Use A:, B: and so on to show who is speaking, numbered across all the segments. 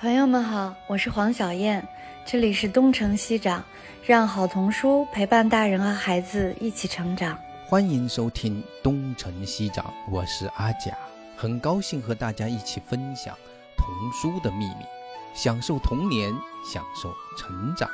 A: 朋友们好，我是黄小燕，这里是东城西长，让好童书陪伴大人和孩子一起成长。
B: 欢迎收听东城西长，我是阿甲，很高兴和大家一起分享童书的秘密，享受童年，享受成长。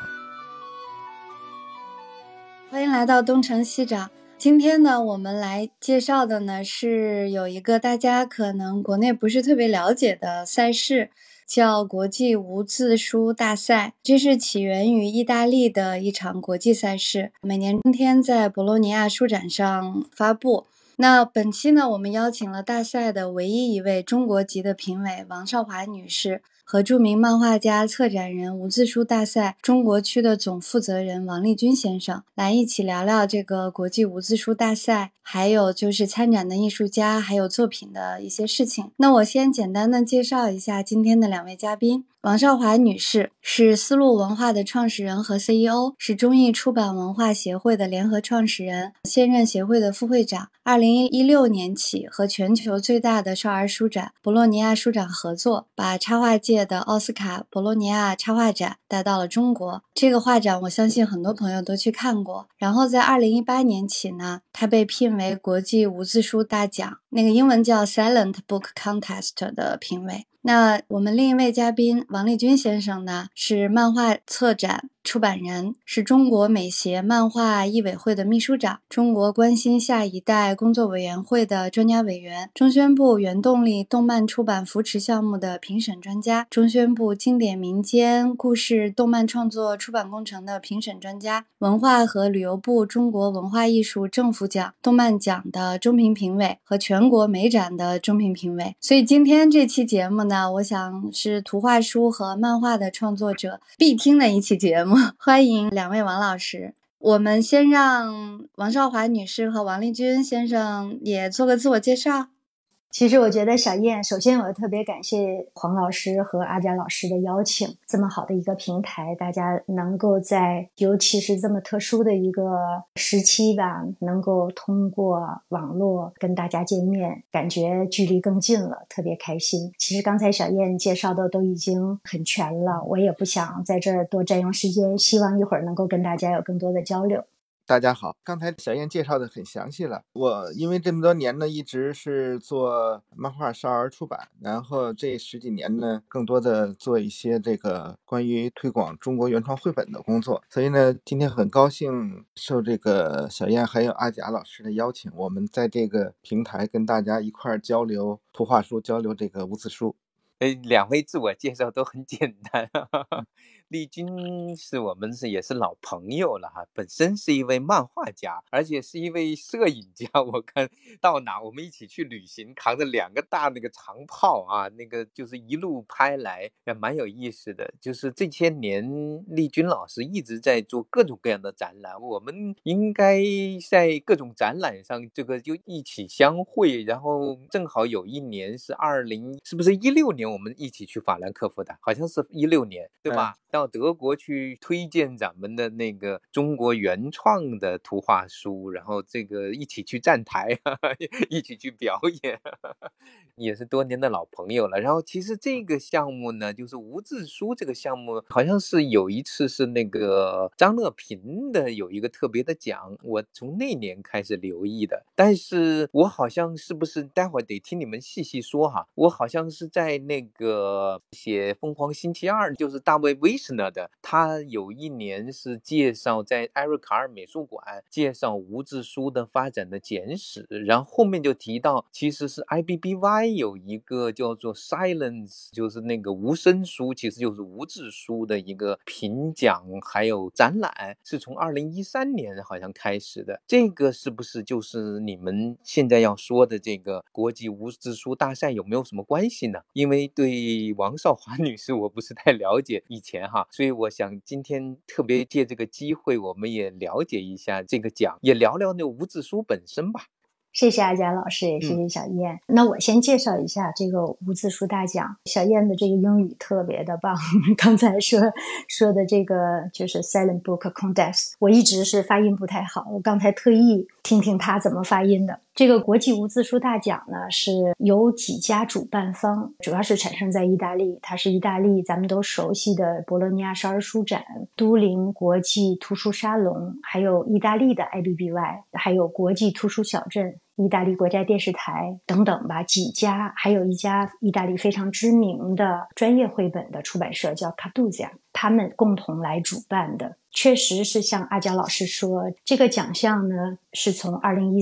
A: 欢迎来到东城西长。今天呢，我们来介绍的呢是有一个大家可能国内不是特别了解的赛事，叫国际无字书大赛。这是起源于意大利的一场国际赛事，每年春天在博洛尼亚书展上发布。那本期呢，我们邀请了大赛的唯一一位中国籍的评委王少华女士和著名漫画家、策展人、无字书大赛中国区的总负责人王立军先生，来一起聊聊这个国际无字书大赛，还有就是参展的艺术家还有作品的一些事情。那我先简单的介绍一下今天的两位嘉宾。王少华女士是丝路文化的创始人和 CEO， 是中译出版文化协会的联合创始人，现任协会的副会长。2016年起和全球最大的少儿书展博洛尼亚书展合作，把插画界的奥斯卡博洛尼亚插画展带到了中国。这个画展我相信很多朋友都去看过。然后在2018年起呢，他被聘为国际无字书大奖，那个英文叫 Silent Book Contest 的评委。那我们另一位嘉宾王立军先生呢，是漫画策展出版人，是中国美协漫画艺委会的秘书长，中国关心下一代工作委员会的专家委员，中宣部原动力动漫出版扶持项目的评审专家，中宣部经典民间故事动漫创作出版工程的评审专家，文化和旅游部中国文化艺术政府奖动漫奖的中评评委和全国美展的中评评委。所以今天这期节目呢，我想是图画书和漫画的创作者必听的一期节目。欢迎两位王老师。我们先让王少华女士和王立军先生也做个自我介绍。
C: 其实我觉得小燕，首先我特别感谢黄老师和阿佳老师的邀请，这么好的一个平台，大家能够在尤其是这么特殊的一个时期吧，能够通过网络跟大家见面，感觉距离更近了，特别开心。其实刚才小燕介绍的都已经很全了，我也不想在这儿多占用时间，希望一会儿能够跟大家有更多的交流。
D: 大家好，刚才小燕介绍的很详细了。我因为这么多年呢，一直是做漫画少儿出版，然后这10几年呢，更多的做一些这个关于推广中国原创绘本的工作。所以呢，今天很高兴受这个小燕还有阿甲老师的邀请，我们在这个平台跟大家一块儿交流图画书，交流这个无字书。
E: 两位自我介绍都很简单。立军是我们也是老朋友了哈，本身是一位漫画家，而且是一位摄影家。我看到哪我们一起去旅行，扛着2个大那个长炮啊，那个就是一路拍来，也蛮有意思的。就是这些年立军老师一直在做各种各样的展览，我们应该在各种展览上这个就一起相会，然后正好有一年是是不是16年我们一起去法兰克福的，好像是16年对吧？到德国去推荐咱们的那个中国原创的图画书，然后这个一起去站台，一起去表演，也是多年的老朋友了。然后其实这个项目呢，就是无字书这个项目，好像是有一次是那个张乐平的有一个特别的奖，我从那年开始留意的。但是我好像是不是待会儿得听你们细细说哈，我好像是在那个写《疯狂星期二》，就是大卫威的，他有一年是介绍在艾瑞卡尔美术馆介绍无字书的发展的简史，然后后面就提到其实是 IBBY 有一个叫做 Silence， 就是那个无声书，其实就是无字书的一个评奖还有展览，是从2013年好像开始的。这个是不是就是你们现在要说的这个国际无字书大赛有没有什么关系呢？因为对王少华女士我不是太了解以前所以我想今天特别借这个机会，我们也了解一下这个奖，也聊聊那无字书本身吧。
C: 谢谢阿佳老师，也谢谢小燕。那我先介绍一下这个无字书大奖。小燕的这个英语特别的棒，刚才说的这个就是 Silent Book Contest， 我一直是发音不太好，我刚才特意听听他怎么发音的。这个国际无字书大奖呢，是由几家主办方，主要是产生在意大利，它是意大利咱们都熟悉的博洛尼亚少儿书展、都灵国际图书沙龙，还有意大利的 IBBY， 还有国际图书小镇、意大利国家电视台等等吧，几家，还有一家意大利非常知名的专业绘本的出版社叫卡杜加，他们共同来主办的。确实是像阿佳老师说，这个奖项呢是从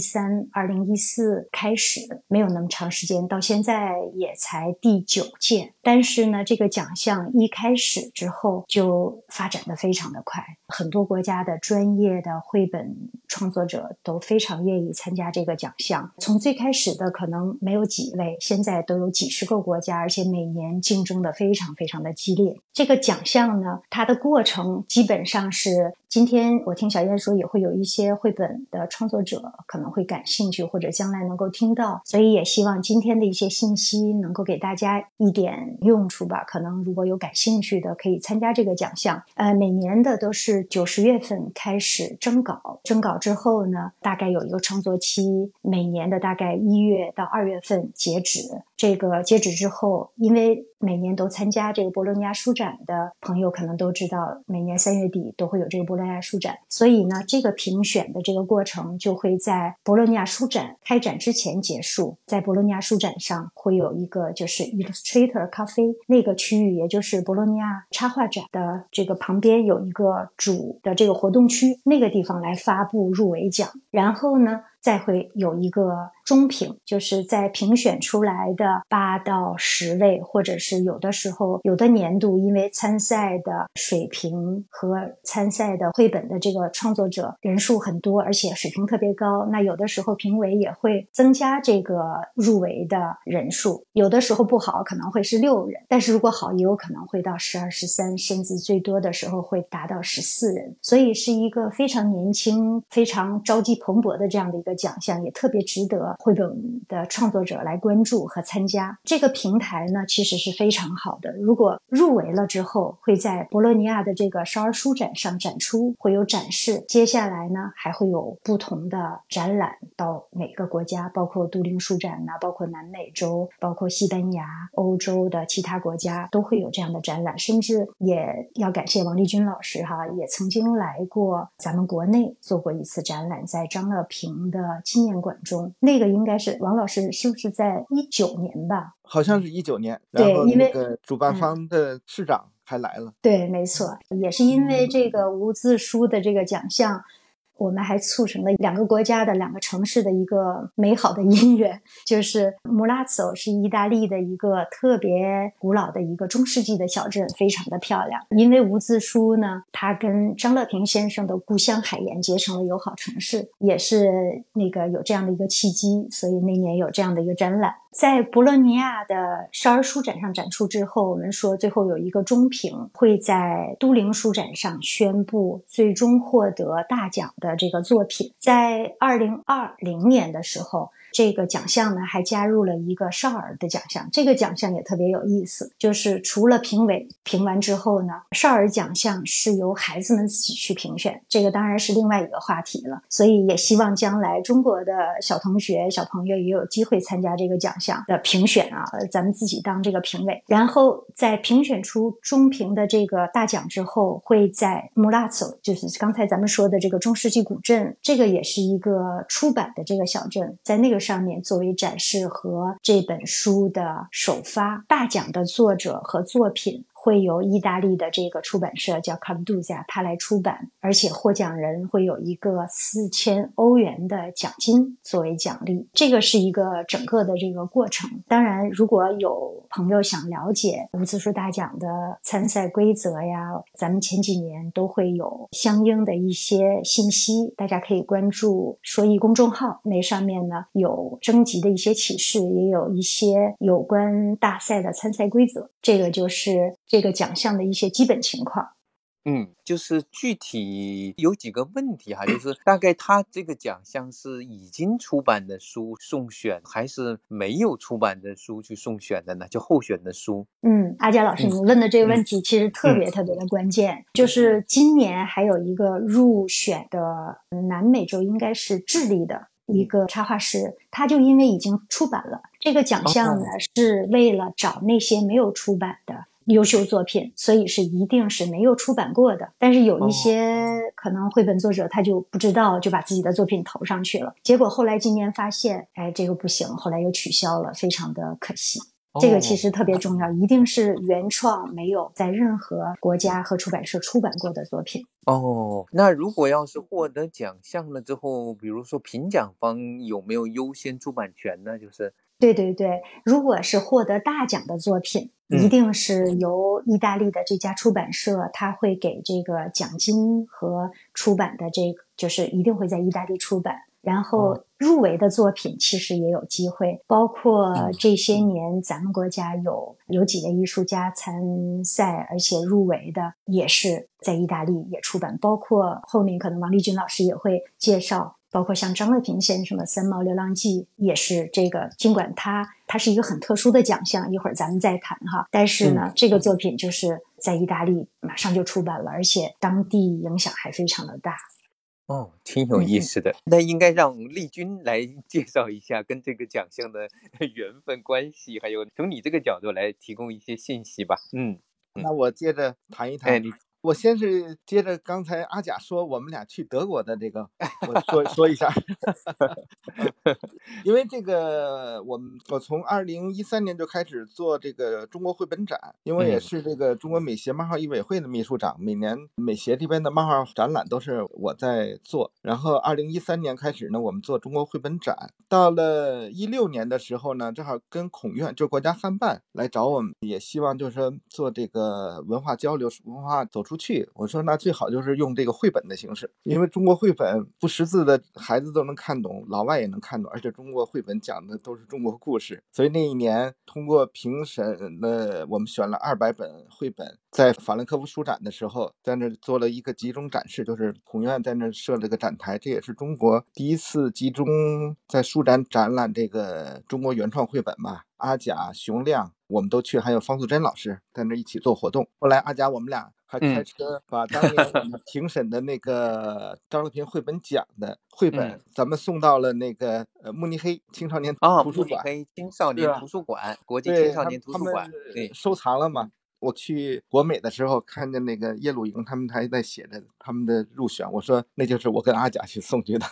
C: 2013、2014开始，没有那么长时间，到现在也才第9届。但是呢，这个奖项一开始之后就发展得非常的快，很多国家的专业的绘本创作者都非常愿意参加这个奖项。从最开始的可能没有几位，现在都有几十个国家，而且每年竞争得非常非常的激烈。这个奖项呢，它的过程基本上是，今天我听小燕说也会有一些绘本的创作者可能会感兴趣，或者将来能够听到，所以也希望今天的一些信息能够给大家一点用处吧。可能如果有感兴趣的可以参加这个奖项。每年的都是9、10月份开始征稿，征稿之后呢，大概有一个创作期，每年的大概1月到2月份截止。这个截止之后，因为每年都参加这个博洛尼亚书展的朋友可能都知道，每年3月底都会有这个博洛尼亚书展，所以呢，这个评选的这个过程就会在博洛尼亚书展开展之前结束。在博洛尼亚书展上会有一个就是 Illustrator 咖啡那个区域，也就是博洛尼亚插画展的这个旁边有一个主的这个活动区，那个地方来发布入围奖。然后呢，再会有一个中评，就是在评选出来的8到10位，或者是有的时候有的年度因为参赛的水平和参赛的绘本的这个创作者人数很多，而且水平特别高，那有的时候评委也会增加这个入围的人数，有的时候不好可能会是6人，但是如果好也有可能会到12、13，甚至最多的时候会达到14人，所以是一个非常年轻、非常朝气蓬勃的这样的一个奖项，也特别值得绘本的创作者来关注和参加。这个平台呢，其实是非常好的，如果入围了之后会在博洛尼亚的这个少儿书展上展出，会有展示，接下来呢还会有不同的展览到每个国家，包括都灵书展啊，包括南美洲，包括西班牙、欧洲的其他国家都会有这样的展览，甚至也要感谢王丽君老师也曾经来过咱们国内做过一次展览，在张乐平的纪念馆中，那个应该是王老师是不是在19年吧？
D: 好像是19年，
C: 对，
D: 然后
C: 因为
D: 那个主办方的市长还来了。
C: 对，没错，也是因为这个无字书的这个奖项，我们还促成了2个国家的2个城市的一个美好的姻缘，就是穆拉佐是意大利的一个特别古老的一个中世纪的小镇，非常的漂亮。因为无字书呢，它跟张乐平先生的故乡海盐结成了友好城市，也是那个有这样的一个契机，所以那年有这样的一个展览。在博洛尼亚的少儿书展上展出之后，我们说最后有一个中评，会在都灵书展上宣布最终获得大奖的这个作品。在2020年的时候，这个奖项呢还加入了一个少儿的奖项，这个奖项也特别有意思，就是除了评委评完之后呢，少儿奖项是由孩子们自己去评选，这个当然是另外一个话题了，所以也希望将来中国的小同学小朋友也有机会参加这个奖项的评选咱们自己当这个评委，然后在评选出中评的这个大奖之后，会在穆拉佐，就是刚才咱们说的这个中世纪古镇，这个也是一个出版的这个小镇，在那个上面作为展示和这本书的首发。大奖的作者和作品会由意大利的这个出版社叫卡杜加他来出版，而且获奖人会有一个4000欧元的奖金作为奖励，这个是一个整个的这个过程。当然如果有朋友想了解无字书大奖的参赛规则呀，咱们前几年都会有相应的一些信息，大家可以关注说艺公众号，那上面呢有征集的一些启示，也有一些有关大赛的参赛规则，这个就是这个奖项的一些基本情况。
E: 就是具体有几个问题哈，就是大概他这个奖项是已经出版的书送选，还是没有出版的书去送选的呢？就候选的书。
C: 阿佳老师，你问的这个问题其实特别特别的关键，就是今年还有一个入选的南美洲，应该是智利的一个插画师，他就因为已经出版了这个奖项呢，是为了找那些没有出版的优秀作品，所以是一定是没有出版过的。但是有一些可能绘本作者他就不知道，就把自己的作品投上去了，结果后来今年发现，这个不行，后来又取消了，非常的可惜。这个其实特别重要，一定是原创没有在任何国家和出版社出版过的作品。
E: 那如果要是获得奖项了之后，比如说评奖方有没有优先出版权呢？就是
C: 对，如果是获得大奖的作品，一定是由意大利的这家出版社，他会给这个奖金和出版的这个，就是一定会在意大利出版。然后入围的作品其实也有机会，包括这些年咱们国家有几位艺术家参赛，而且入围的也是在意大利也出版，包括后面可能王丽君老师也会介绍，包括像张乐平先生的《三毛流浪记》也是这个，尽管它是一个很特殊的奖项，一会儿咱们再谈哈，但是呢，这个作品就是在意大利马上就出版了，而且当地影响还非常的大。
E: 挺有意思的。那应该让丽君来介绍一下跟这个奖项的缘分关系，还有从你这个角度来提供一些信息吧。
D: 那我接着谈一谈。我先是接着刚才阿甲说我们俩去德国的这个，我说一下。因为这个我从2013年就开始做这个中国绘本展，因为也是这个中国美协漫画艺委会的秘书长，每年美协这边的漫画展览都是我在做。然后2013年开始呢，我们做中国绘本展，到了16年的时候呢，正好跟孔院就国家汉办来找我们，也希望就是说做这个文化交流，文化走出去。我说那最好就是用这个绘本的形式，因为中国绘本不识字的孩子都能看懂，老外也能看懂，而且中国绘本讲的都是中国故事。所以那一年通过评审呢，我们选了200本绘本，在法兰克福书展的时候，在那做了一个集中展示，就是孔院在那设了个展台，这也是中国第一次集中在书展展览这个中国原创绘本嘛。阿甲、熊亮我们都去，还有方素珍老师在那一起做活动。后来阿甲我们俩还开车把当年我们评审的那个张乐平绘本奖的绘本咱们送到了那个慕尼黑青少年图书馆。
E: 慕尼黑青少年图书馆，国际青少年图书馆，
D: 对，收藏了嘛。我去国美的时候看见那个耶鲁营他们还在写着他们的入选，我说那就是我跟阿甲去送去的。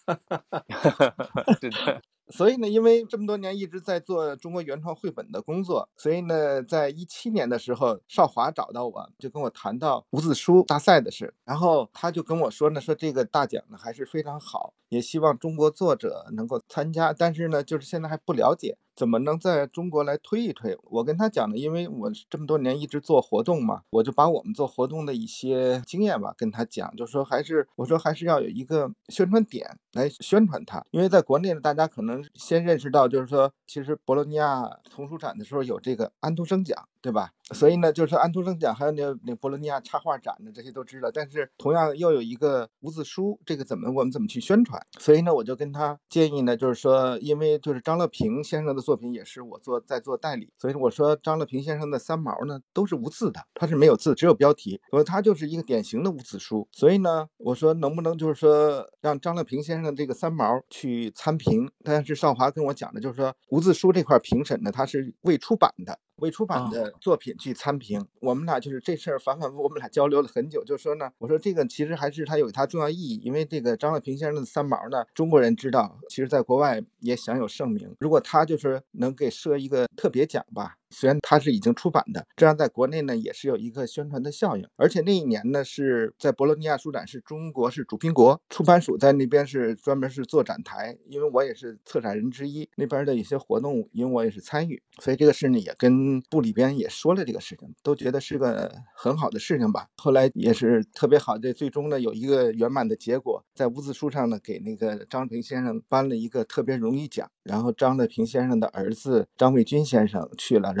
E: 是的。
D: 所以呢，因为这么多年一直在做中国原创绘本的工作，所以呢，在17年的时候，邵华找到我，就跟我谈到无字书大赛的事，然后他就跟我说呢，说这个大奖呢还是非常好，也希望中国作者能够参加，但是呢，就是现在还不了解怎么能在中国来推一推。我跟他讲呢，因为我这么多年一直做活动嘛，我就把我们做活动的一些经验吧跟他讲，就说我说还是要有一个宣传点来宣传它，因为在国内呢，大家可能先认识到就是说，其实博洛尼亚童书展的时候有这个安徒生奖，对吧？所以呢，就是安徒生奖还有那博洛尼亚插画展的这些都知道，但是同样又有一个无字书，这个我们怎么去宣传？所以呢，我就跟他建议呢，就是说，因为就是张乐平先生的作品也是我在做代理，所以我说张乐平先生的三毛呢都是无字的，他是没有字，只有标题，所以他就是一个典型的无字书。所以呢，我说能不能就是说让张乐平先生的这个三毛去参评？但是邵华跟我讲的就是说，无字书这块评审呢，它是未出版的作品去参评。我们俩就是这事儿反反复复我们俩交流了很久，就说呢，我说这个其实还是它有它重要意义，因为这个张乐平先生的三毛呢，中国人知道，其实在国外也享有盛名。如果他就是能给设一个特别奖吧，虽然它是已经出版的，这样在国内呢也是有一个宣传的效应。而且那一年呢是在博洛尼亚书展，是中国是主宾国，出版署在那边是专门是做展台，因为我也是策展人之一，那边的一些活动因为我也是参与，所以这个事呢也跟部里边也说了这个事情，都觉得是个很好的事情吧。后来也是特别好，这最终呢有一个圆满的结果，在无字书上呢给那个张乐平先生颁了一个特别荣誉奖，然后张乐平先生的儿子张卫军先生去了，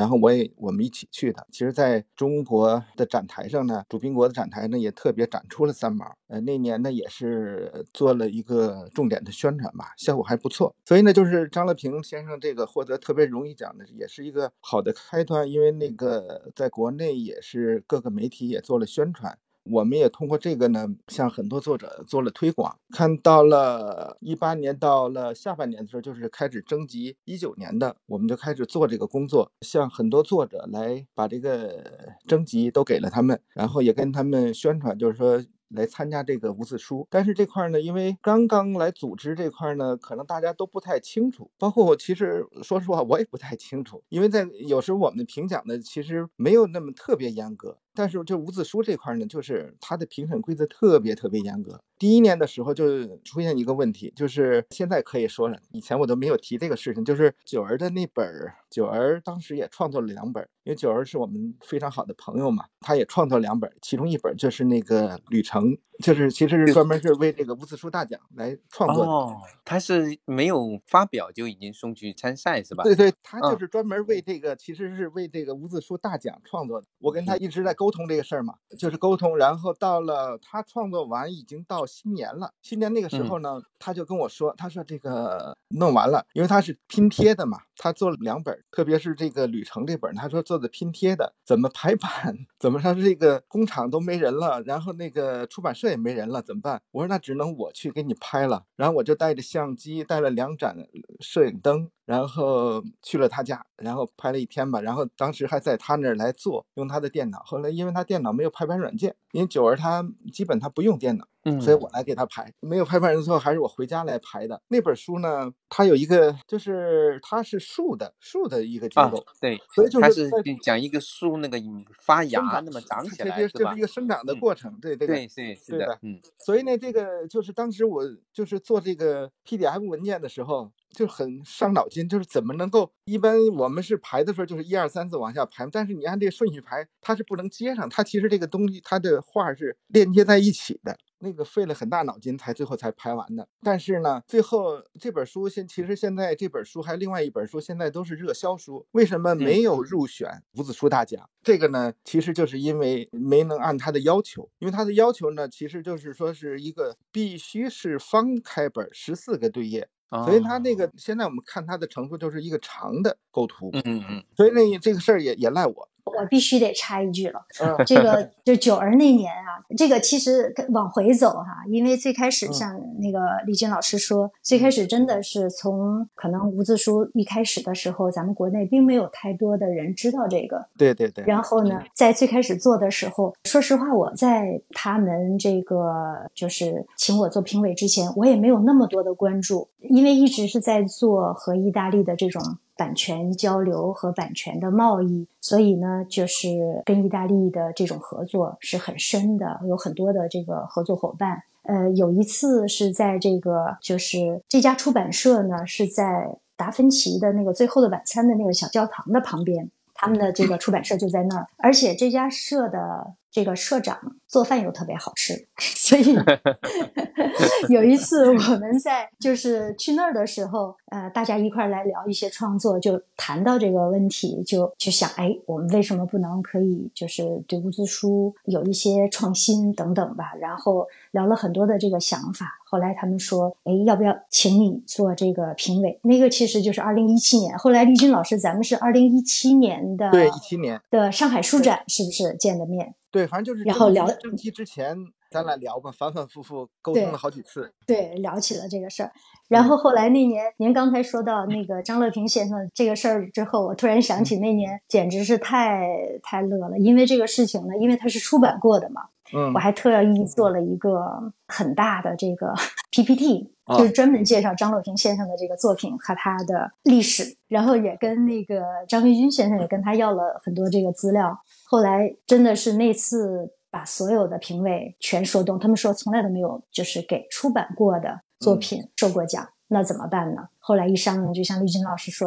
D: 然后我们一起去的。其实在中国的展台上呢，主宾国的展台呢也特别展出了三毛，那年呢也是做了一个重点的宣传吧，效果还不错。所以呢就是张乐平先生这个获得特别荣誉奖呢也是一个好的开端，因为那个在国内也是各个媒体也做了宣传，我们也通过这个呢向很多作者做了推广。看到了18年到了下半年的时候，就是开始征集19年的，我们就开始做这个工作，向很多作者来把这个征集都给了他们，然后也跟他们宣传，就是说来参加这个无字书。但是这块呢，因为刚刚来组织这块呢，可能大家都不太清楚，包括我，其实说实话我也不太清楚，因为有时候我们的评奖呢其实没有那么特别严格，但是就无字书这块呢，就是它的评审规则特别严格。第1年的时候就出现一个问题，就是现在可以说了，以前我都没有提这个事情，就是九儿的那本，九儿当时也创作了2本，因为九儿是我们非常好的朋友嘛，他也创作了2本，其中一本就是那个旅程，就是其实是专门是为这个无字书大奖来创作的。
E: 哦，他是没有发表就已经送去参赛是吧？
D: 对，他就是专门为这个，其实是为这个无字书大奖创作的。我跟他一直在沟通这个事儿嘛，就是沟通，然后到了他创作完已经到新年了，新年那个时候呢，他就跟我说，他说这个弄完了，因为他是拼贴的嘛，他做了2本，特别是这个旅程这本，他说做的拼贴的，怎么排版，怎么说这个工厂都没人了，然后那个出版社也没人了，怎么办？我说那只能我去给你拍了，然后我就带着相机，带了2盏摄影灯，然后去了他家，然后拍了1天吧，然后当时还在他那儿来做，用他的电脑。后来因为他电脑没有排版软件，因为九儿他基本他不用电脑，所以我来给他排。没有排版软件还是我回家来排的。那本书呢，它有一个就是它是树的一个结构，
E: 对，
D: 所以就是
E: 它是讲一个树那个发芽那么长起来，
D: 就是一个生长的过程，对这个，
E: 对是的，
D: 所以呢，这个就是当时我就是做这个 PDF 文件的时候，就很伤脑筋，就是怎么能够，一般我们是排的时候就是1、2、3、4往下排，但是你按这个顺序排，它是不能接上，它其实这个东西它的画是链接在一起的，那个费了很大脑筋最后才排完的。但是呢，最后这本书其实现在这本书还有另外一本书现在都是热销书，为什么没有入选无字书大奖？这个呢，其实就是因为没能按他的要求，因为他的要求呢，其实就是说是一个必须是方开本14个对页。所以他那个现在我们看他的成书就是一个长的构图，所以那这个事儿也赖我。
C: 我必须得插一句了，这个就九儿那年啊，这个其实往回走哈，因为最开始像那个丽君老师说，最开始真的是从可能无字书一开始的时候，咱们国内并没有太多的人知道这个，
D: 对。
C: 然后呢，在最开始做的时候，说实话，我在他们这个就是请我做评委之前，我也没有那么多的关注，因为一直是在做和意大利的这种版权交流和版权的贸易，所以呢，就是跟意大利的这种合作是很深的，有很多的这个合作伙伴。有一次是在这个就是这家出版社呢是在达芬奇的那个《最后的晚餐》的那个小教堂的旁边，他们的这个出版社就在那儿，而且这家社的这个社长做饭又特别好吃，所以有一次我们在就是去那儿的时候，大家一块来聊一些创作，就谈到这个问题，就想，我们为什么不能可以就是对无字书有一些创新等等吧，然后聊了很多的这个想法。后来他们说，要不要请你做这个评委？那个其实就是2017年。后来丽君老师，咱们是2017年的，
D: 对，17年
C: 的上海书展，是不是见的面？
D: 对，反正就是
C: 然后聊
D: 正题之前，咱俩聊吧，反复沟通了好几次。
C: 对，聊起了这个事儿。然后后来那年，您刚才说到那个张乐平先生这个事儿之后，我突然想起那年简直是太乐了，因为这个事情呢，因为它是出版过的嘛。我还特意做了一个很大的这个 PPT， 就是专门介绍张乐平先生的这个作品和他的历史，然后也跟那个张维军先生也跟他要了很多这个资料。后来真的是那次把所有的评委全说动，他们说从来都没有就是给出版过的作品受过奖，那怎么办呢？后来一商量，就像丽君老师说的，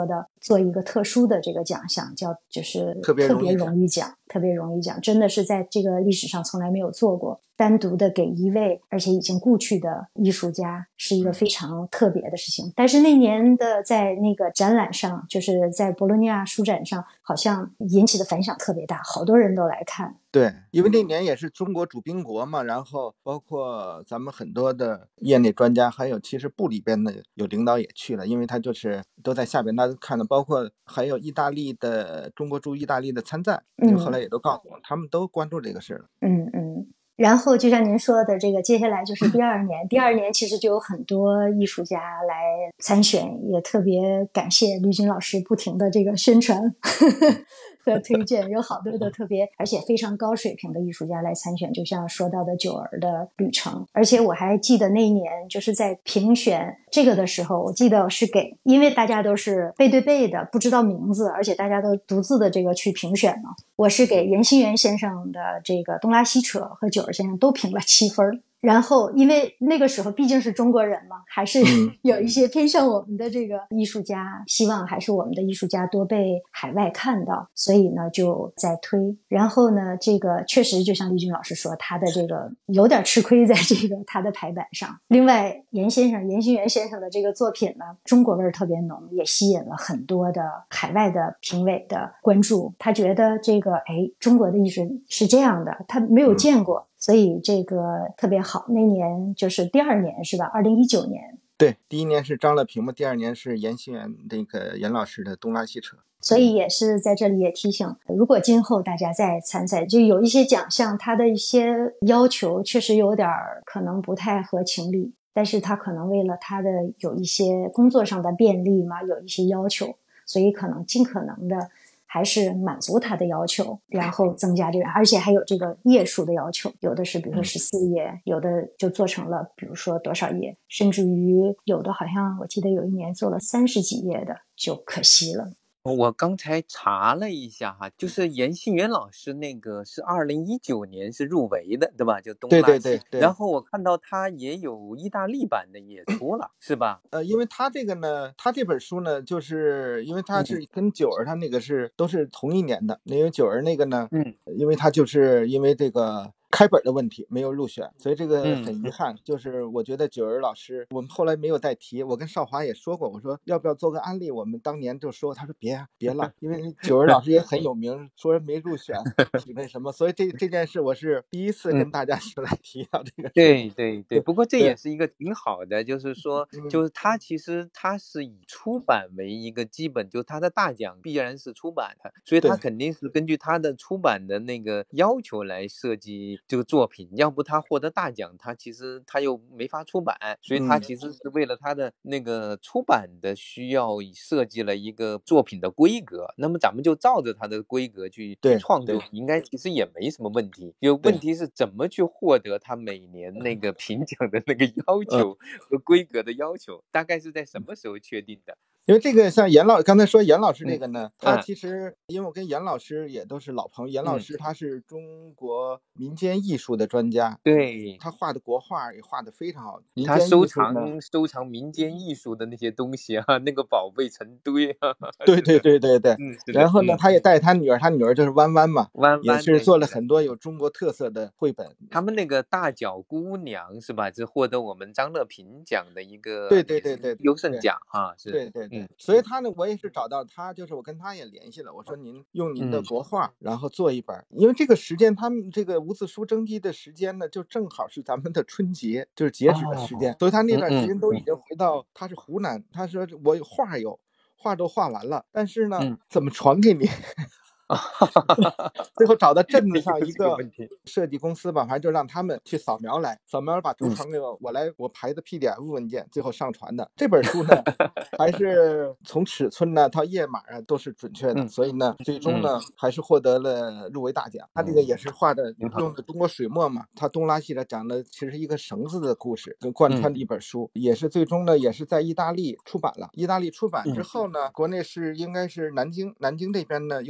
C: 做一个特殊的这个奖项，就是
D: 特别
C: 特别
D: 荣
C: 荣誉奖，特别荣誉奖，真的是在这个历史上从来没有做过，单独的给一位而且已经故去的艺术家，是一个非常特别的事情。但是那年的在那个展览上，就是在博洛尼亚书展上，好像引起的反响特别大，好多人都来看。
D: 对，因为那年也是中国主宾国嘛，然后包括咱们很多的业内专家，还有其实部里边的有领导也去了，因为他就是都在下边大家看的，包括还有意大利的中国驻意大利的参赞，后来也都告诉我，他们都关注这个事了。
C: 然后就像您说的，这个接下来就是第二年，第二年其实就有很多艺术家来参选，也特别感谢绿军老师不停的这个宣传和推荐，有好多的特别而且非常高水平的艺术家来参选，就像说到的九儿的旅程。而且我还记得那一年就是在评选这个的时候，我记得是因为大家都是背对背的，不知道名字，而且大家都独自的这个去评选嘛，我是给严新元先生的这个东拉西扯和九儿先生都评了7分。然后因为那个时候毕竟是中国人嘛，还是有一些偏向我们的这个艺术家，希望还是我们的艺术家多被海外看到，所以呢就在推。然后呢这个确实就像丽君老师说，他的这个有点吃亏在这个他的排版上。另外严新元先生的这个作品呢，中国味特别浓，也吸引了很多的海外的评委的关注。他觉得这个中国的艺术是这样的，他没有见过，所以这个特别好。那年就是第二年是吧？2019年。
D: 对，第一年是张乐平嘛，第二年是严新元那个严老师的东拉西扯。
C: 所以也是在这里也提醒，如果今后大家再参赛，就有一些奖项它的一些要求确实有点可能不太合情理，但是他可能为了他的有一些工作上的便利嘛，有一些要求，所以可能尽可能的还是满足他的要求，然后增加这个，而且还有这个页数的要求，有的是比如说14页，有的就做成了比如说多少页，甚至于有的好像我记得有一年做了30几页的，就可惜了。
E: 我刚才查了一下哈，就是严新元老师那个是2019年是入围的，对吧？就东拉西。
D: 对。
E: 然后我看到他也有意大利版的也出了，是吧？
D: 因为他这个呢，他这本书呢，就是因为他是跟九儿他那个都是同一年的，因为九儿那个呢，因为他就是因为这个开本的问题没有入选，所以这个很遗憾。就是我觉得九儿老师，我们后来没有再提。我跟少华也说过，我说要不要做个案例？我们当年就说，他说别了，因为九儿老师也很有名，说没入选，挺那什么。所以这件事我是第一次跟大家来提到这个。
E: 对。不过这也是一个挺好的，就是说，就是他其实他是以出版为一个基本，就是他的大奖必然是出版的，所以他肯定是根据他的出版的那个要求来设计这个作品，要不他获得大奖，他其实他又没法出版，所以他其实是为了他的那个出版的需要设计了一个作品的规格。那么咱们就照着他的规格去创作，应该其实也没什么问题。有问题是怎么去获得他每年那个评奖的那个要求和规格的要求，大概是在什么时候确定的？
D: 因为这个像刚才说严老师这个呢，他其实因为我跟严老师也都是老朋友，严老师他是中国民间艺术的专家，
E: 对，
D: 他画的国画也画得非常好，
E: 他收藏民间艺术的那些东西啊，那个宝贝成堆啊。
D: 对。然后呢，他也带他女儿，他女儿就是弯弯嘛，也是做了很多有中国特色的绘本。
E: 他们那个大脚姑娘是吧？这获得我们张乐平奖的一个
D: 对
E: 优胜奖啊，是。
D: 对。所以他呢，我也是找到他，就是我跟他也联系了，我说您用您的国画，然后做一本，因为这个时间他们这个无字书征集的时间呢，就正好是咱们的春节，就是截止的时间，所以他那段时间都已经回到他是湖南，他说我画都画完了，但是呢，怎么传给你？最后找到镇子上一个设计公司吧，反正就让他们去扫描把图传给我，我排的 PDF 文件，最后上传的。这本书呢，还是从尺寸呢到页码啊都是准确的，所以呢，最终呢还是获得了入围大奖。他这个也是画的用的中国水墨嘛，他东拉西扯讲的其实一个绳子的故事，跟贯穿的一本书，也是最终呢也是在意大利出版了。意大利出版之后呢，国内应该是南京这边呢又是重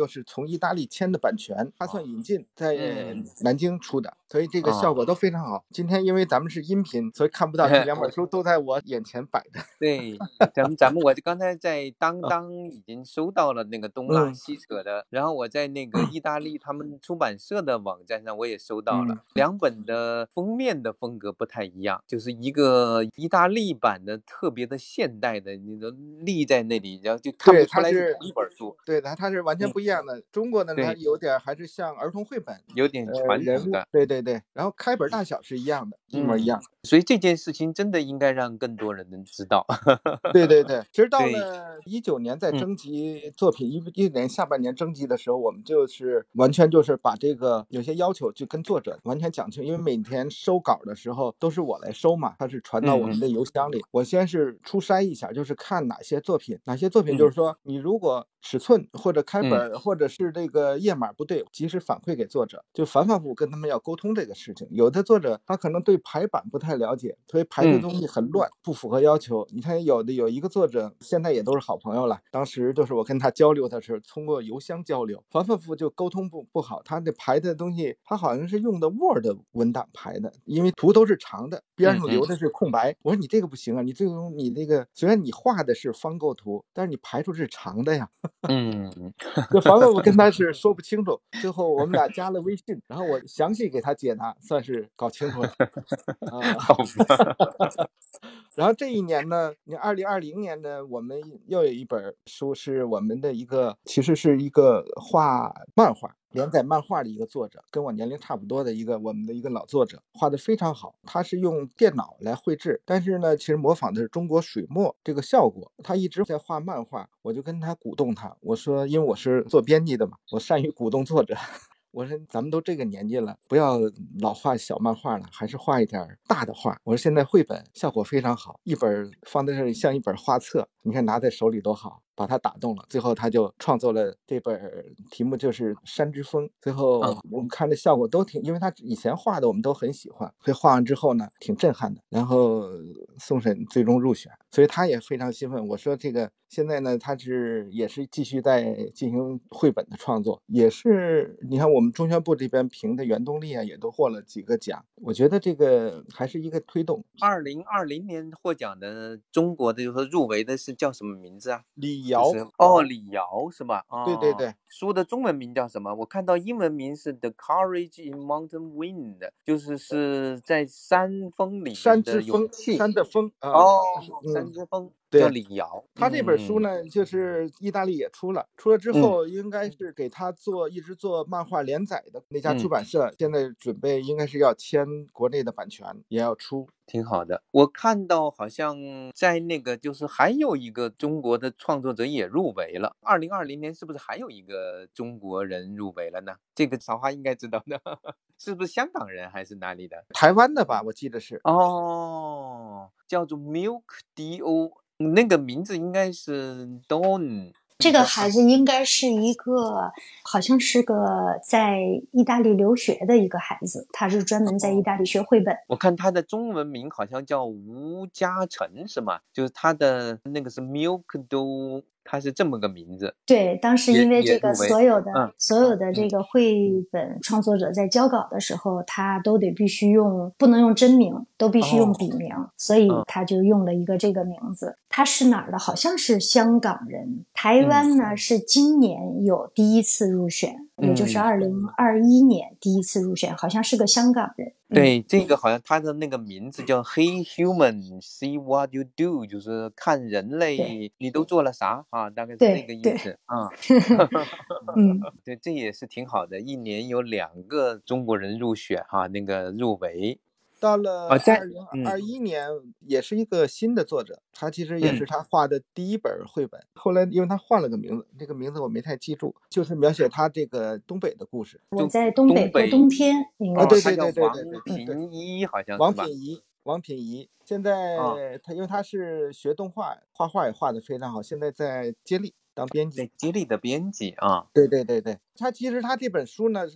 D: 从意大利签的版权，他算引进在南京出的，所以这个
E: 啊
D: 效果都非常好。今天因为咱们是音频，所以看不到这两本书都在我眼前摆着。
E: 对，我刚才在当当已经收到了那个东拉西扯的，然后我在那个意大利他们出版社的网站上我也收到了，两本的封面的风格不太一样，就是一个意大利版的特别的现代的那个立在那里，然后就看不出来是同一本书。
D: 对的，它是完全不一样的。中国的呢，它有点还是像儿童绘本，
E: 有点传统的。
D: 对对对，然后开本大小是一样的，一模一样。
E: 所以这件事情真的应该让更多人能知道。
D: 对对对，其实到了19年在征集作品，19年下半年征集的时候，我们就是完全就是把这个有些要求就跟作者完全讲清，因为每天收稿的时候都是我来收嘛，它是传到我们的邮箱里。我先是初筛一下，就是看哪些作品就是说你如果尺寸或者开本或者是这个页码不对，及时反馈给作者，就反复跟他们要沟通这个事情。有的作者他可能对排版不太了解，所以排的东西很乱，不符合要求。你看有一个作者现在也都是好朋友了，当时就是我跟他交流的时候通过邮箱交流，反复就沟通不好，他这排的东西他好像是用的 Word 文档排的，因为图都是长的，边上留的是空白。我说你这个不行啊，你最终你这个虽然你画的是方构图，但是你排出是长的呀。就反正我跟他是说不清楚，最后我们俩加了微信，然后我详细给他解答，算是搞清楚了。
E: 好吧。
D: 然后这一年呢，2020年呢，我们又有一本书是我们的其实是一个画漫画连载漫画的一个作者，跟我年龄差不多的我们的一个老作者，画得非常好。他是用电脑来绘制，但是呢，其实模仿的是中国水墨这个效果。他一直在画漫画，我就跟他鼓动他，我说，因为我是做编辑的嘛，我善于鼓动作者。我说咱们都这个年纪了，不要老画小漫画了，还是画一点大的画。我说现在绘本效果非常好，一本放在这里像一本画册，你看拿在手里多好，把他打动了。最后他就创作了这本题目就是《山之风》。最后我们看的效果都因为他以前画的我们都很喜欢，所以画完之后呢挺震撼的。然后送审最终入选，所以他也非常兴奋。我说这个现在呢他也是继续在进行绘本的创作，也是你看我们中宣部这边评的原动力啊也都获了几个奖。我觉得这个还是一个推动。
E: 2020年获奖的中国的就是说入围的是叫什么名字啊？
D: 李瑶。
E: 李瑶是吧？
D: 对对对。
E: 书的中文名叫什么？我看到英文名是 The Courage in Mountain Wind， 就是在山峰里面的勇气。
D: 山的风
E: 山之风。
D: 对，
E: 叫李瑶。
D: 他这本书呢就是意大利也出了之后应该是给他一直做漫画连载的那家出版社现在准备应该是要签国内的版权，也要出。
E: 挺好的。我看到好像在那个就是还有一个中国的创作者也入围了，2020年是不是还有一个中国人入围了呢？这个小花应该知道的。是不是香港人还是哪里的？
D: 台湾的吧，我记得是。
E: 叫做 Milk Do， 那个名字应该是 Don。
C: 这个孩子应该是一个好像是个在意大利留学的一个孩子，他是专门在意大利学绘本。
E: 我看他的中文名好像叫吴嘉诚是吗？就是他的那个是 Milk Do， 他是这么个名字。
C: 对，当时因为这个所有的这个绘本创作者在交稿的时候，他都必须不能用真名，都必须用笔名，所以他就用了一个这个名字。他是哪儿的？好像是香港人。台湾呢是今年有第一次入选，也就是2021年第一次入选，好像是个香港人。
E: 对，这个好像他的那个名字叫 Hey Human See What You Do， 就是看人类你都做了啥啊，大概是这个意思啊。对，这也是挺好的，一年有2个中国人入选那个入围。
D: 到了2021年也是一个新的作者，他其实也是他画的第一本绘本，后来因为他换了个名字，这个名字我没太记住，就是描写他这个东北的故事。
C: 我在东北过冬天，应该
D: 对，
E: 王品一好像是吧？
D: 王品仪，现在他因为他是学动画，画画也画得非常好，现在在接力当编辑。
E: 接力的编辑啊。
D: 对，他其实他这本书呢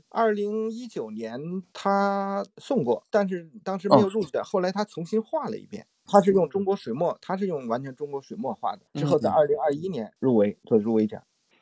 D: 2019年他送过，但是当时没有入选，后来他重新画了一遍，他是用中国水墨，他是用完全中国水墨画的，之后在2021年入围奖。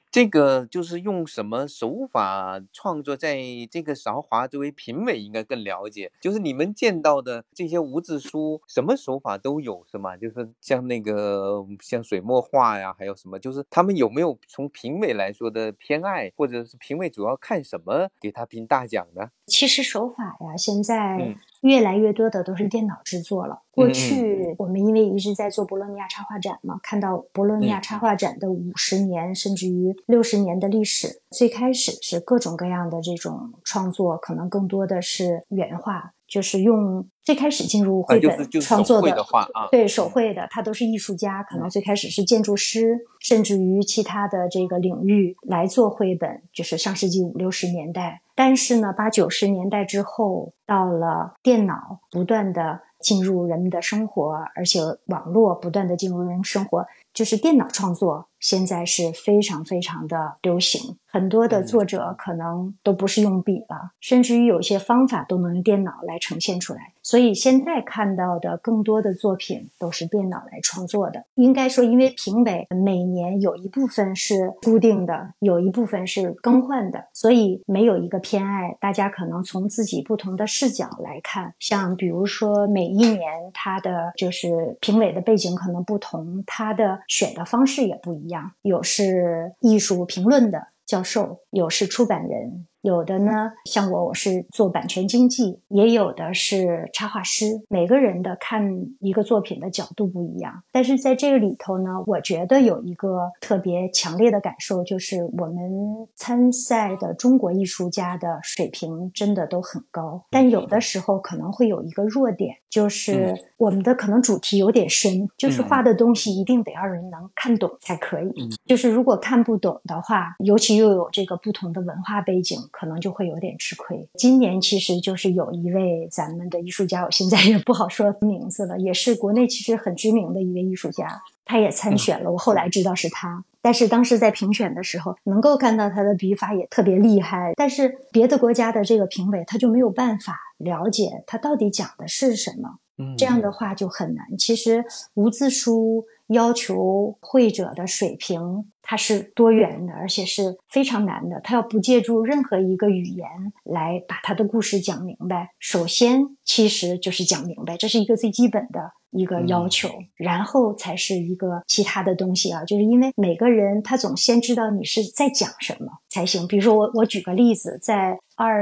E: 这个就是用什么手法创作，在这个韶华作为评委应该更了解。就是你们见到的这些无字书，什么手法都有是吗？就是像那个像水墨画呀，还有什么，就是他们有没有从评委来说的偏爱，或者是评委主要看什么给他评大奖呢？
C: 其实手法呀，现在越来越多的都是电脑制作了。过去我们因为一直在做博洛尼亚插画展嘛，看到博洛尼亚插画展的50年甚至于60年的历史，最开始是各种各样的这种创作，可能更多的是原画，就是用最开始进入绘本创作的，对，手绘的，他都是艺术家，可能最开始是建筑师，甚至于其他的这个领域来做绘本，就是上世纪50、60年代。但是呢，80、90年代之后，到了电脑不断的进入人们的生活，而且网络不断的进入人们生活，就是电脑创作现在是非常非常的流行。很多的作者可能都不是用笔了，甚至于有些方法都能用电脑来呈现出来。所以现在看到的更多的作品都是电脑来创作的。应该说，因为评委每年有一部分是固定的，有一部分是更换的，所以没有一个偏爱，大家可能从自己不同的视角来看。像比如说每一年它的就是评委的背景可能不同，它的选的方式也不一样，有是艺术评论的教授，有是出版人，有的呢像我是做版权经纪，也有的是插画师，每个人的看一个作品的角度不一样。但是在这个里头呢，我觉得有一个特别强烈的感受，就是我们参赛的中国艺术家的水平真的都很高，但有的时候可能会有一个弱点，就是我们的可能主题有点深，就是画的东西一定得让人能看懂才可以，就是如果看不懂的话，尤其又有这个不同的文化背景，可能就会有点吃亏。今年其实就是有一位咱们的艺术家，我现在也不好说名字了，也是国内其实很知名的一位艺术家，他也参选了，我后来知道是他。但是当时在评选的时候能够看到他的笔法也特别厉害，但是别的国家的这个评委他就没有办法了解他到底讲的是什么，这样的话就很难。其实无字书要求绘者的水平它是多元的，而且是非常难的，他要不借助任何一个语言来把他的故事讲明白，首先其实就是讲明白，这是一个最基本的一个要求，然后才是一个其他的东西啊，就是因为每个人他总先知道你是在讲什么才行。比如说我举个例子，在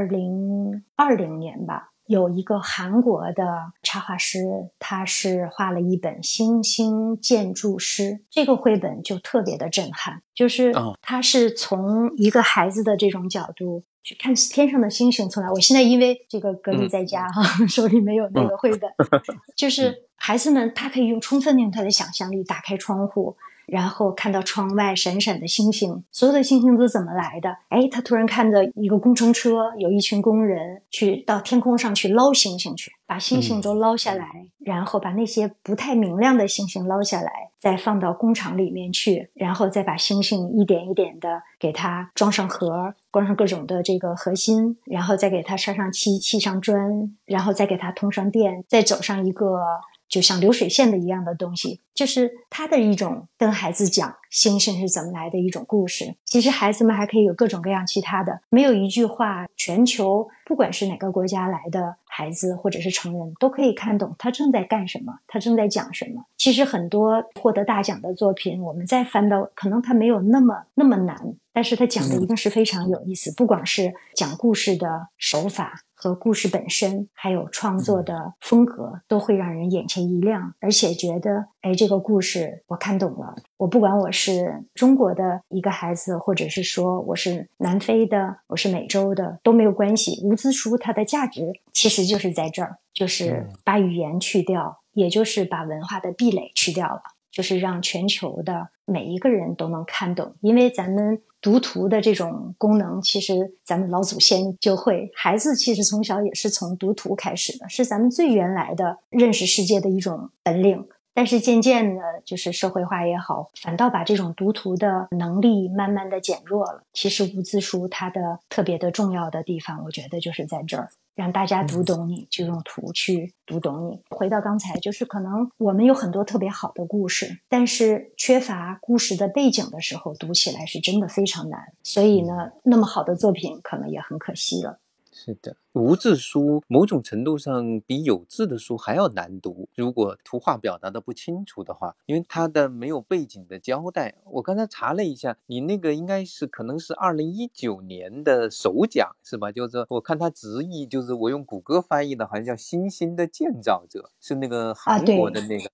C: 2020年吧，有一个韩国的插画师，他是画了一本星星建筑师，这个绘本就特别的震撼，就是他是从一个孩子的这种角度去看天上的星星从来，我现在因为这个隔离在家手里没有那个绘本就是孩子们他可以充分用他的想象力打开窗户，然后看到窗外闪闪的星星，所有的星星都怎么来的？他突然看到一个工程车，有一群工人去到天空上去捞星星去，把星星都捞下来，然后把那些不太明亮的星星捞下来，再放到工厂里面去，然后再把星星一点一点的给它装上盒，装上各种的这个核心，然后再给它刷上漆，砌上砖，然后再给它通上电，再走上一个就像流水线的一样的东西，就是他的一种跟孩子讲星星是怎么来的一种故事。其实孩子们还可以有各种各样其他的，没有一句话全球不管是哪个国家来的孩子或者是成人都可以看懂他正在干什么，他正在讲什么。其实很多获得大奖的作品我们再翻到可能他没有那么难，但是他讲的一定是非常有意思，不光是讲故事的手法和故事本身，还有创作的风格都会让人眼前一亮，而且觉得这个故事我看懂了。我不管我是中国的一个孩子，或者是说我是南非的，我是美洲的，都没有关系。无字书它的价值其实就是在这儿，就是把语言去掉，也就是把文化的壁垒去掉了，就是让全球的每一个人都能看懂。因为咱们读图的这种功能其实咱们老祖先就会，孩子其实从小也是从读图开始的，是咱们最原来的认识世界的一种本领。 但是渐渐的，就是社会化也好，反倒把这种读图的能力慢慢的减弱了。其实无字书它的特别的重要的地方，我觉得就是在这儿，让大家读懂你，就用图去读懂你。回到刚才，就是可能我们有很多特别好的故事，但是缺乏故事的背景的时候，读起来是真的非常难。所以呢，那么好的作品可能也很可惜了。
E: 是的，无字书某种程度上比有字的书还要难读，如果图画表达的不清楚的话，因为它的没有背景的交代。我刚才查了一下，你那个应该是可能是2019年的首奖是吧？就是我看它直译，就是我用谷歌翻译的，好像叫新兴的建造者，是那个韩国的那个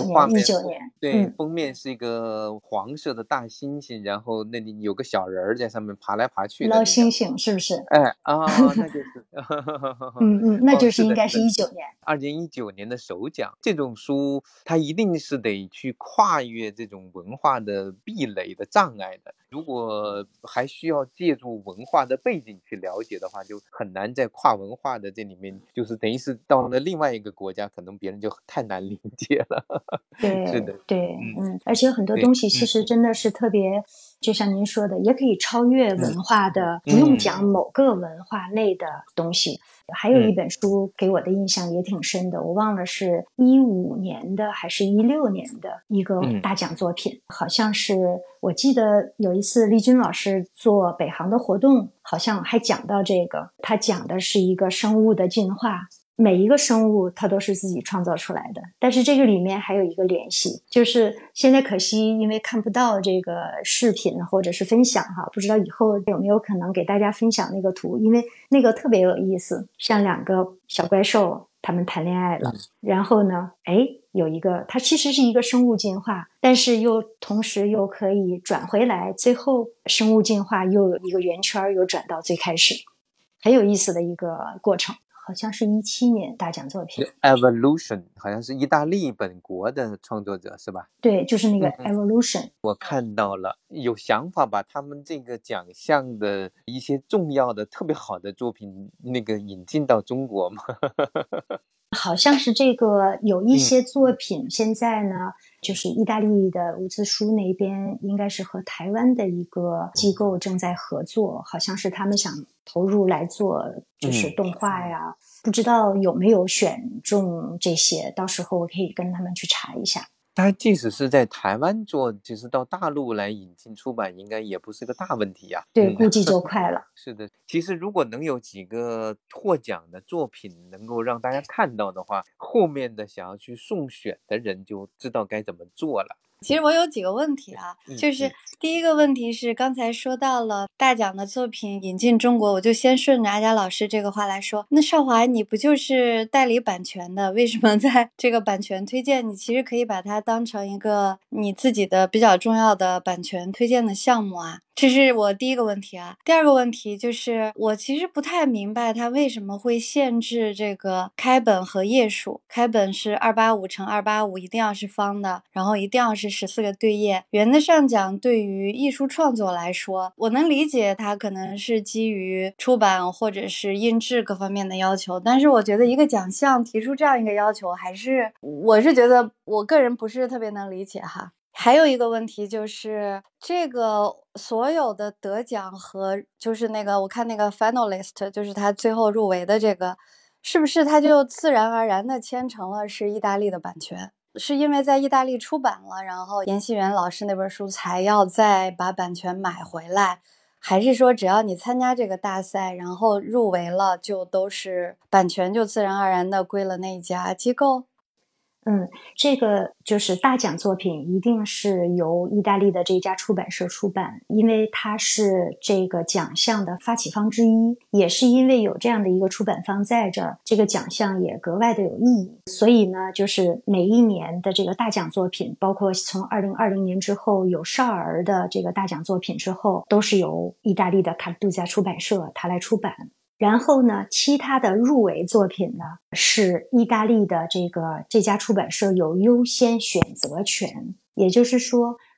C: 19年，
E: 对，封面是一个黄色的大猩猩，然后那里有个小人在上面爬来爬去的，
C: 捞猩猩是不是？
E: 哎那就是
C: 那就是应该是19年
E: 2019年的首奖。这种书它一定是得去跨越这种文化的壁垒的障碍的，如果还需要借助文化的背景去了解的话，就很难在跨文化的这里面，就是等于是到了另外一个国家，可能别人就太难理解了。
C: 对，
E: 是的，
C: 对，而且很多东西其实真的是特别，就像您说的，也可以超越文化的，不用讲某个文化内的东西。还有一本书给我的印象也挺深的，我忘了是15年的还是16年的一个大奖作品，好像是我记得有一次丽君老师做北航的活动，好像还讲到这个，他讲的是一个生物的进化。每一个生物它都是自己创造出来的，但是这个里面还有一个联系，就是现在可惜因为看不到这个视频或者是分享哈，不知道以后有没有可能给大家分享那个图，因为那个特别有意思，像2个小怪兽他们谈恋爱了，然后呢有一个它其实是一个生物进化，但是又同时又可以转回来，最后生物进化又有一个圆圈又转到最开始，很有意思的一个过程。好像是17年大奖作品
E: Evolution 好像是意大利本国的创作者是吧？
C: 对，就是那个 Evolution。
E: 我看到了，有想法把他们这个奖项的一些重要的特别好的作品那个引进到中国吗？
C: 好像是这个有一些作品现在呢，就是意大利的无字书那边应该是和台湾的一个机构正在合作，好像是他们想投入来做就是动画呀，不知道有没有选中这些，到时候我可以跟他们去查一下。
E: 它即使是在台湾做，其实到大陆来引进出版应该也不是个大问题呀。
C: 对，估计就快了。
E: 是的，其实如果能有几个获奖的作品能够让大家看到的话，后面的想要去送选的人就知道该怎么做了。
A: 其实我有几个问题啊，就是第一个问题是刚才说到了大奖的作品引进中国，我就先顺着阿佳老师这个话来说，那少华你不就是代理版权的，为什么在这个版权推荐你其实可以把它当成一个你自己的比较重要的版权推荐的项目啊？这是我第一个问题啊。第二个问题就是我其实不太明白它为什么会限制这个开本和页数，开本是285×285一定要是方的，然后一定要是14个对页。原则上讲，对于艺术创作来说，我能理解它可能是基于出版或者是印制各方面的要求，但是我觉得一个奖项提出这样一个要求，我是觉得我个人不是特别能理解哈。还有一个问题就是这个所有的得奖和就是那个我看那个 finalist 就是他最后入围的这个，是不是他就自然而然的签成了是意大利的版权？是因为在意大利出版了，然后严熙元老师那本书才要再把版权买回来，还是说只要你参加这个大赛然后入围了，就都是版权就自然而然的归了那一家机构？
C: 这个就是大奖作品一定是由意大利的这家出版社出版，因为它是这个奖项的发起方之一，也是因为有这样的一个出版方在这儿，这个奖项也格外的有意义。所以呢，就是每一年的这个大奖作品，包括从2020年之后有少儿的这个大奖作品之后，都是由意大利的卡杜加出版社它来出版。然后呢，其他的入围作品呢，是意大利的这家出版社有优先选择权，也就是说，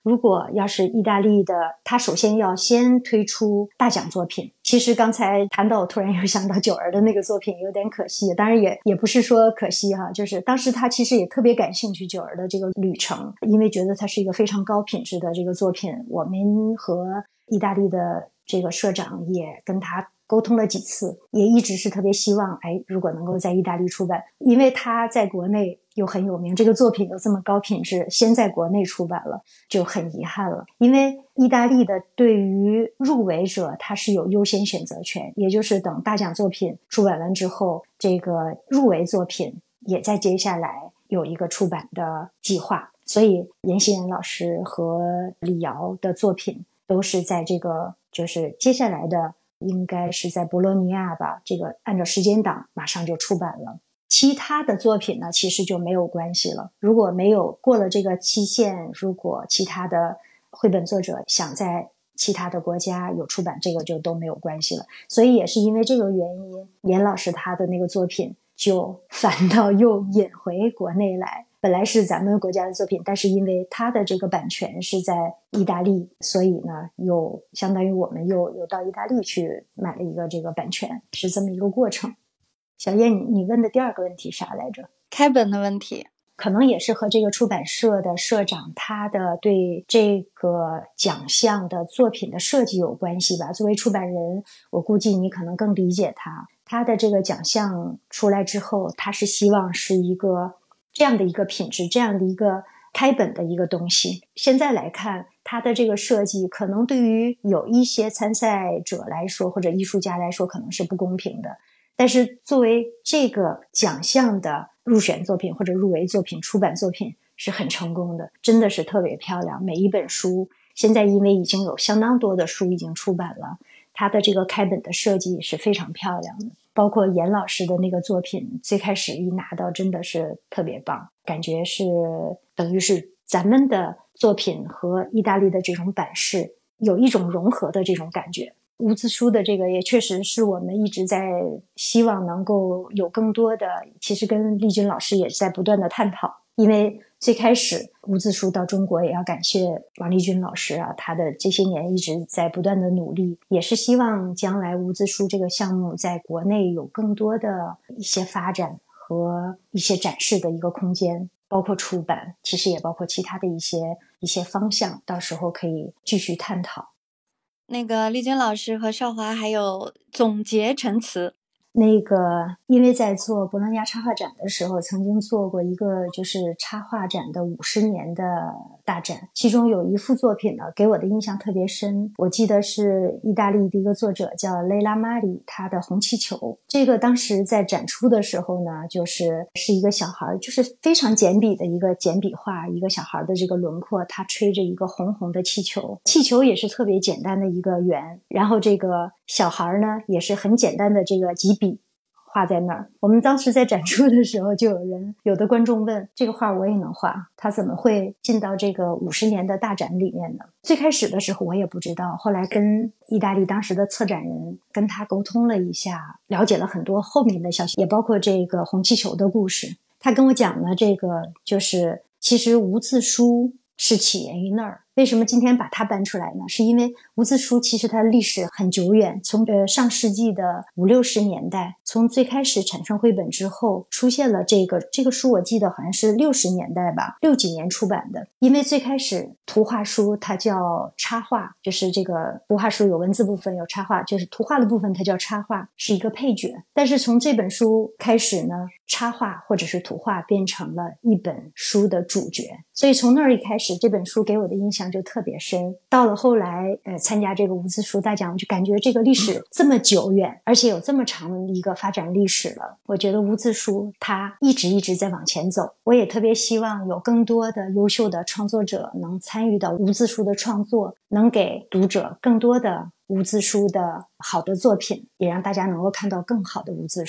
C: 如果要是意大利的，他首先要先推出大奖作品。其实刚才谈到，我突然又想到九儿的那个作品，有点可惜，当然也不是说可惜哈，就是当时他其实也特别感兴趣九儿的这个旅程，因为觉得它是一个非常高品质的这个作品。我们和意大利的这个社长也跟他沟通了几次，也一直是特别希望如果能够在意大利出版，因为他在国内又很有名，这个作品又这么高品质，先在国内出版了就很遗憾了。因为意大利的对于入围者他是有优先选择权，也就是等大奖作品出版完之后，这个入围作品也在接下来有一个出版的计划。所以严熙然老师和李瑶的作品都是在这个就是接下来的应该是在博洛尼亚吧，这个按照时间档马上就出版了。其他的作品呢其实就没有关系了，如果没有过了这个期限，如果其他的绘本作者想在其他的国家有出版，这个就都没有关系了。所以也是因为这个原因，严老师他的那个作品就反倒又引回国内来，本来是咱们国家的作品，但是因为它的这个版权是在意大利，所以呢又相当于我们又到意大利去买了一个这个版权，是这么一个过程。小燕，你问的第二个问题啥来着？
A: 开本的问题。
C: 可能也是和这个出版社的社长他的对这个奖项的作品的设计有关系吧。作为出版人，我估计你可能更理解他的这个奖项出来之后，他是希望是一个这样的一个品质，这样的一个开本的一个东西。现在来看他的这个设计，可能对于有一些参赛者来说或者艺术家来说可能是不公平的，但是作为这个奖项的入选作品或者入围作品，出版作品是很成功的，真的是特别漂亮。每一本书现在因为已经有相当多的书已经出版了，它的这个开本的设计是非常漂亮的。包括严老师的那个作品，最开始一拿到真的是特别棒，感觉是等于是咱们的作品和意大利的这种版式有一种融合的这种感觉。无字书的这个也确实是我们一直在希望能够有更多的，其实跟丽君老师也在不断的探讨。因为最开始无字书到中国，也要感谢王丽君老师啊，他的这些年一直在不断的努力，也是希望将来无字书这个项目在国内有更多的一些发展和一些展示的一个空间，包括出版，其实也包括其他的一些方向，到时候可以继续探讨。
A: 那个丽君老师和少华还有总结陈词。
C: 那个因为在做博洛尼亚插画展的时候，曾经做过一个就是插画展的50年的大展，其中有一幅作品呢给我的印象特别深。我记得是意大利的一个作者叫雷拉马里，他的红气球，这个当时在展出的时候呢，是一个小孩，就是非常简笔的一个简笔画，一个小孩的这个轮廓，他吹着一个红红的气球，气球也是特别简单的一个圆，然后这个小孩呢也是很简单的这个几笔画在那儿。我们当时在展出的时候，就有的观众问，这个画我也能画，他怎么会进到这个50年的大展里面呢？最开始的时候我也不知道，后来跟意大利当时的策展人跟他沟通了一下，了解了很多后面的消息，也包括这个红气球的故事。他跟我讲呢，这个就是其实无字书是起源于那儿。为什么今天把它搬出来呢？是因为无字书其实它的历史很久远，从上世纪的50、60年代，从最开始产生绘本之后，出现了这个书，我记得好像是60年代吧，60几年出版的。因为最开始图画书它叫插画，就是这个图画书有文字部分有插画，就是图画的部分它叫插画，是一个配角。但是从这本书开始呢，插画或者是图画变成了一本书的主角，所以从那儿一开始，这本书给我的印象就特别深。到了后来参加这个无字书大奖，我就感觉这个历史这么久远，而且有这么长的一个发展历史了。我觉得无字书它一直在往前走，我也特别希望有更多的优秀的创作者能参与到无字书的创作，能给读者更多的无字书的好的作品，也让大家能够看到更好的无字书。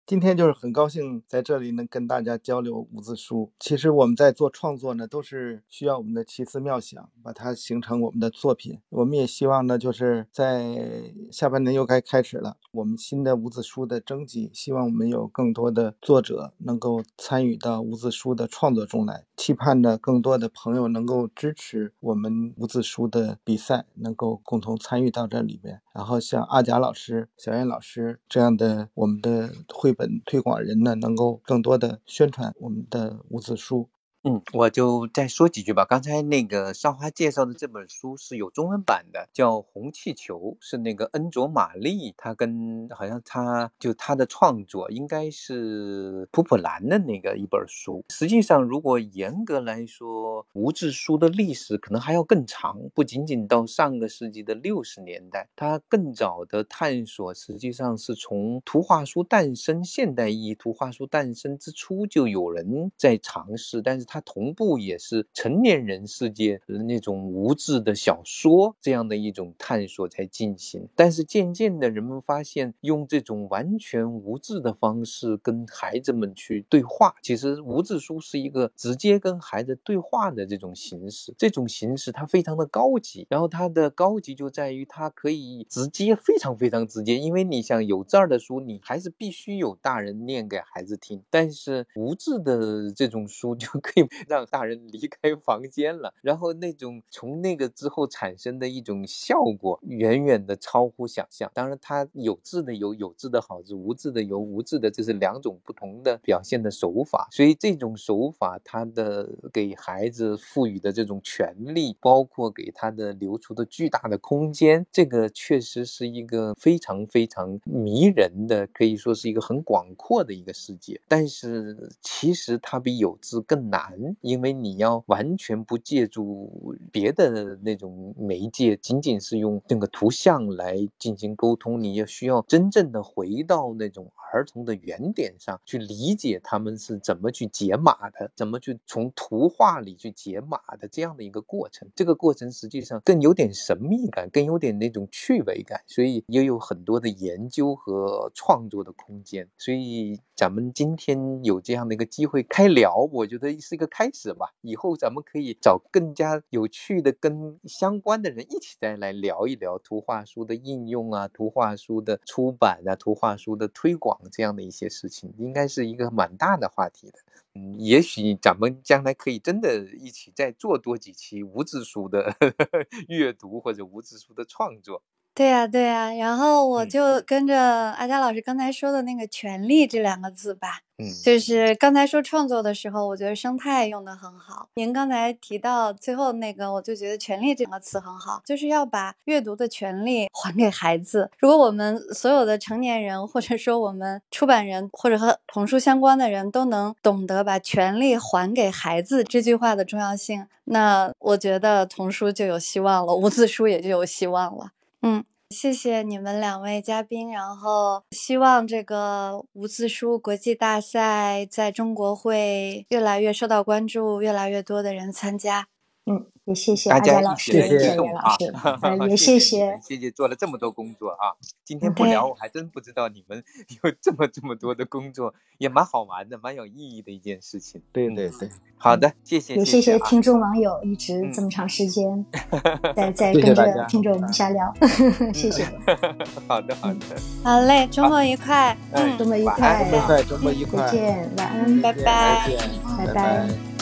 D: 今天就是很高兴在这里能跟大家交流无字书。其实我们在做创作呢，都是需要我们的奇思妙想，把它形成我们的作品。我们也希望呢，就是在下半年又该开始了，我们新的无字书的征集，希望我们有更多的作者能够参与到无字书的创作中来，期盼呢更多的朋友能够支持我们无字书的比赛，能够共同参与到这里面。然后像阿甲老师、小燕老师这样的我们的绘本推广人呢，能够更多的宣传我们的无字书。
E: 我就再说几句吧。刚才那个少华介绍的这本书是有中文版的，叫《红气球》，是那个恩卓玛丽，好像他的创作应该是普普兰的那个一本书。实际上如果严格来说，无字书的历史可能还要更长，不仅仅到上个世纪的60年代，它更早的探索实际上是从图画书诞生，现代意义图画书诞生之初就有人在尝试，但是它同步也是成年人世界那种无字的小说这样的一种探索在进行。但是渐渐的人们发现，用这种完全无字的方式跟孩子们去对话，其实无字书是一个直接跟孩子对话的这种形式。这种形式它非常的高级，然后它的高级就在于它可以直接，非常非常直接。因为你像有字儿的书，你还是必须有大人念给孩子听，但是无字的这种书就可以让大人离开房间了，然后那种从那个之后产生的一种效果远远的超乎想象。当然它有字的有字的好字，无字的有无字的，这是两种不同的表现的手法。所以这种手法它的给孩子赋予的这种权利，包括给他的留出的巨大的空间，这个确实是一个非常非常迷人的，可以说是一个很广阔的一个世界。但是其实它比有字更难，因为你要完全不借助别的那种媒介，仅仅是用那个图像来进行沟通，你也需要真正的回到那种儿童的原点上去理解他们是怎么去解码的，怎么去从图画里去解码的这样的一个过程。这个过程实际上更有点神秘感，更有点那种趣味感，所以也有很多的研究和创作的空间。所以咱们今天有这样的一个机会开聊，我觉得是一个开始吧。以后咱们可以找更加有趣的跟相关的人一起再来聊一聊图画书的应用啊，图画书的出版啊，图画书的推广这样的一些事情，应该是一个蛮大的话题的。也许咱们将来可以真的一起再做多几期无字书的阅读或者无字书的创作。
A: 对呀，对呀，然后我就跟着阿佳老师刚才说的那个权利这2个字吧。就是刚才说创作的时候，我觉得生态用得很好。您刚才提到最后那个，我就觉得权利这个词很好，就是要把阅读的权利还给孩子。如果我们所有的成年人，或者说我们出版人或者和童书相关的人都能懂得把权利还给孩子这句话的重要性，那我觉得童书就有希望了，无字书也就有希望了。谢谢你们2位嘉宾，然后希望这个无字书国际大赛在中国会越来越受到关注，越来越多的人参加。
C: 也谢谢阿佳老师、小燕老师，也谢谢
E: 做了这么多工作啊！今天不聊，我还真不知道你们有这么多的工作，也蛮好玩的，蛮有意义的一件事情。
D: 对，
E: 好的，谢谢。
C: 也谢谢听众网友一直这么长时间在跟着听着我们瞎聊，谢谢。
E: 好的，
A: 好嘞，周末愉快，
C: 周末愉快，
D: 周末愉快，
C: 再见，晚安，
A: 拜拜，
C: 拜拜。